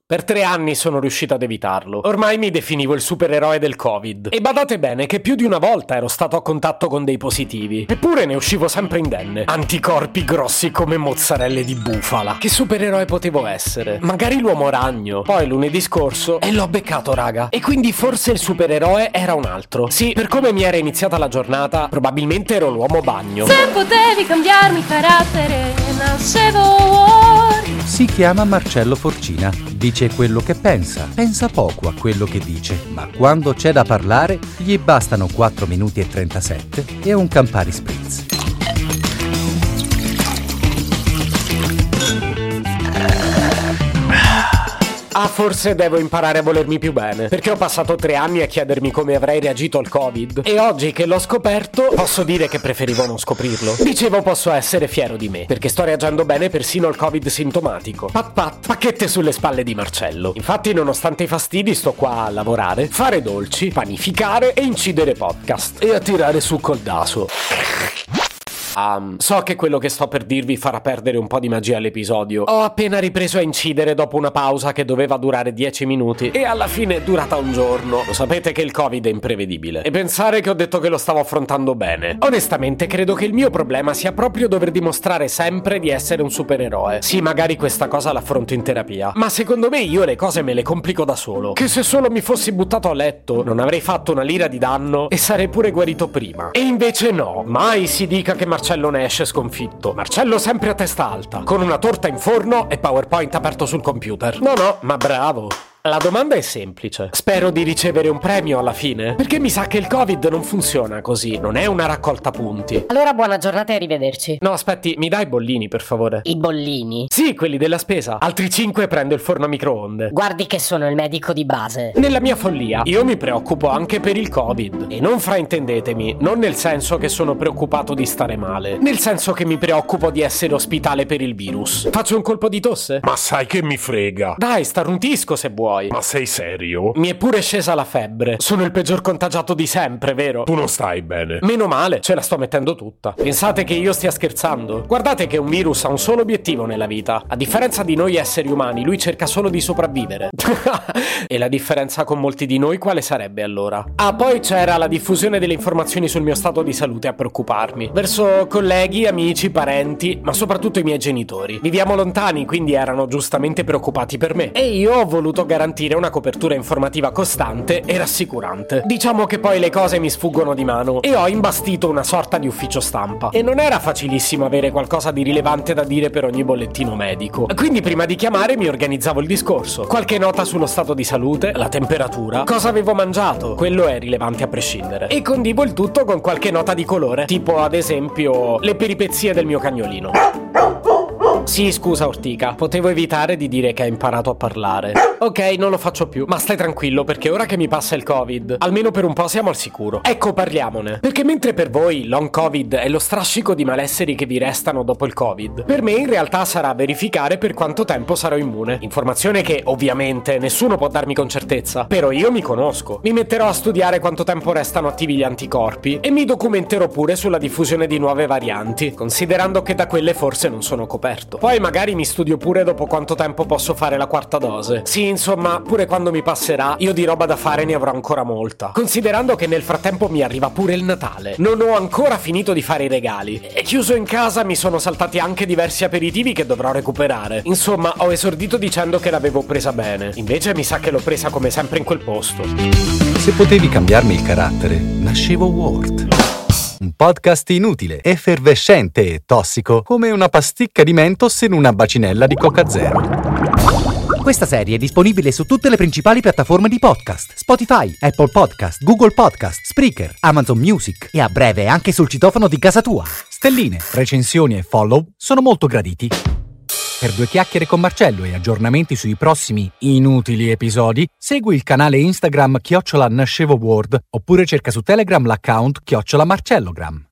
Per 3 anni sono riuscito ad evitarlo. Ormai mi definivo il supereroe del Covid. E badate bene che più di una volta ero stato a contatto con dei positivi. Eppure ne uscivo sempre indenne. Anticorpi grossi come mozzarelle di bufala. Che supereroe potevo essere? Magari l'uomo ragno. Poi lunedì scorso e l'ho beccato, raga. E quindi forse il supereroe era un altro. Sì, per come mi era iniziata la giornata, probabilmente ero l'uomo bagno. Se potevi cambiarmi carattere, nascevo War. Si chiama Marcello Forcina, dice quello che pensa poco a quello che dice, ma quando c'è da parlare gli bastano 4 minuti e 37 e un Campari Spritz. Forse devo imparare a volermi più bene, perché ho passato 3 anni a chiedermi come avrei reagito al Covid e oggi che l'ho scoperto posso dire che preferivo non scoprirlo. Dicevo, posso essere fiero di me, perché sto reagendo bene persino al Covid sintomatico. Pat pat, pacchette sulle spalle di Marcello. Infatti, nonostante i fastidi, sto qua a lavorare, fare dolci, panificare e incidere podcast e a tirare su col daso. So che quello che sto per dirvi farà perdere un po' di magia all'episodio. Ho appena ripreso a incidere dopo una pausa che doveva durare 10 minuti e alla fine è durata un giorno. Lo sapete che il Covid è imprevedibile. E pensare che ho detto che lo stavo affrontando bene. Onestamente credo che il mio problema sia proprio dover dimostrare sempre di essere un supereroe. Sì, magari questa cosa l'affronto in terapia, ma secondo me io le cose me le complico da solo. Che se solo mi fossi buttato a letto non avrei fatto una lira di danno e sarei pure guarito prima. E invece no, mai si dica che Marcello ne esce sconfitto. Marcello sempre a testa alta, con una torta in forno e PowerPoint aperto sul computer. No, ma bravo. La domanda è semplice. Spero di ricevere un premio alla fine, perché mi sa che il Covid non funziona così, non è una raccolta punti. Allora buona giornata e arrivederci. No, aspetti, mi dai i bollini per favore? I bollini? Sì, quelli della spesa. Altri 5 prendo il forno a microonde. Guardi che sono il medico di base. Nella mia follia, io mi preoccupo anche per il Covid. E non fraintendetemi, non nel senso che sono preoccupato di stare male, nel senso che mi preoccupo di essere ospitale per il virus. Faccio un colpo di tosse? Ma sai che mi frega? Dai, starnutisco se vuoi. Ma sei serio? Mi è pure scesa la febbre. Sono il peggior contagiato di sempre, vero? Tu non stai bene. Meno male, ce la sto mettendo tutta. Pensate che io stia scherzando? Guardate che un virus ha un solo obiettivo nella vita. A differenza di noi esseri umani, lui cerca solo di sopravvivere. E la differenza con molti di noi quale sarebbe allora? Poi c'era la diffusione delle informazioni sul mio stato di salute a preoccuparmi. Verso colleghi, amici, parenti, ma soprattutto i miei genitori. Viviamo lontani, quindi erano giustamente preoccupati per me. E io ho voluto garantire una copertura informativa costante e rassicurante. Diciamo che poi le cose mi sfuggono di mano e ho imbastito una sorta di ufficio stampa. E non era facilissimo avere qualcosa di rilevante da dire per ogni bollettino medico. Quindi prima di chiamare mi organizzavo il discorso. Qualche nota sullo stato di salute, la temperatura, cosa avevo mangiato, quello è rilevante a prescindere. E condivo il tutto con qualche nota di colore, tipo ad esempio le peripezie del mio cagnolino. Sì, scusa Ortica, potevo evitare di dire che hai imparato a parlare. Ok, non lo faccio più, ma stai tranquillo perché ora che mi passa il Covid, almeno per un po' siamo al sicuro. Ecco, parliamone. Perché mentre per voi long Covid è lo strascico di malesseri che vi restano dopo il Covid, per me in realtà sarà verificare per quanto tempo sarò immune. Informazione che ovviamente nessuno può darmi con certezza, però io mi conosco. Mi metterò a studiare quanto tempo restano attivi gli anticorpi e mi documenterò pure sulla diffusione di nuove varianti, considerando che da quelle forse non sono coperto. Poi magari mi studio pure dopo quanto tempo posso fare la 4ª dose. Sì, insomma, pure quando mi passerà, io di roba da fare ne avrò ancora molta. Considerando che nel frattempo mi arriva pure il Natale. Non ho ancora finito di fare i regali. E chiuso in casa mi sono saltati anche diversi aperitivi che dovrò recuperare. Insomma, ho esordito dicendo che l'avevo presa bene. Invece mi sa che l'ho presa come sempre in quel posto. Se potevi cambiarmi il carattere, nascevo Ward. Un podcast inutile, effervescente e tossico, come una pasticca di Mentos in una bacinella di Coca Zero. Questa serie è disponibile su tutte le principali piattaforme di podcast: Spotify, Apple Podcast, Google Podcast, Spreaker, Amazon Music e a breve anche sul citofono di casa tua. Stelline, recensioni e follow sono molto graditi. Per 2 chiacchiere con Marcello e aggiornamenti sui prossimi inutili episodi, segui il canale Instagram @NascevoWord oppure cerca su Telegram l'account @Marcellogram.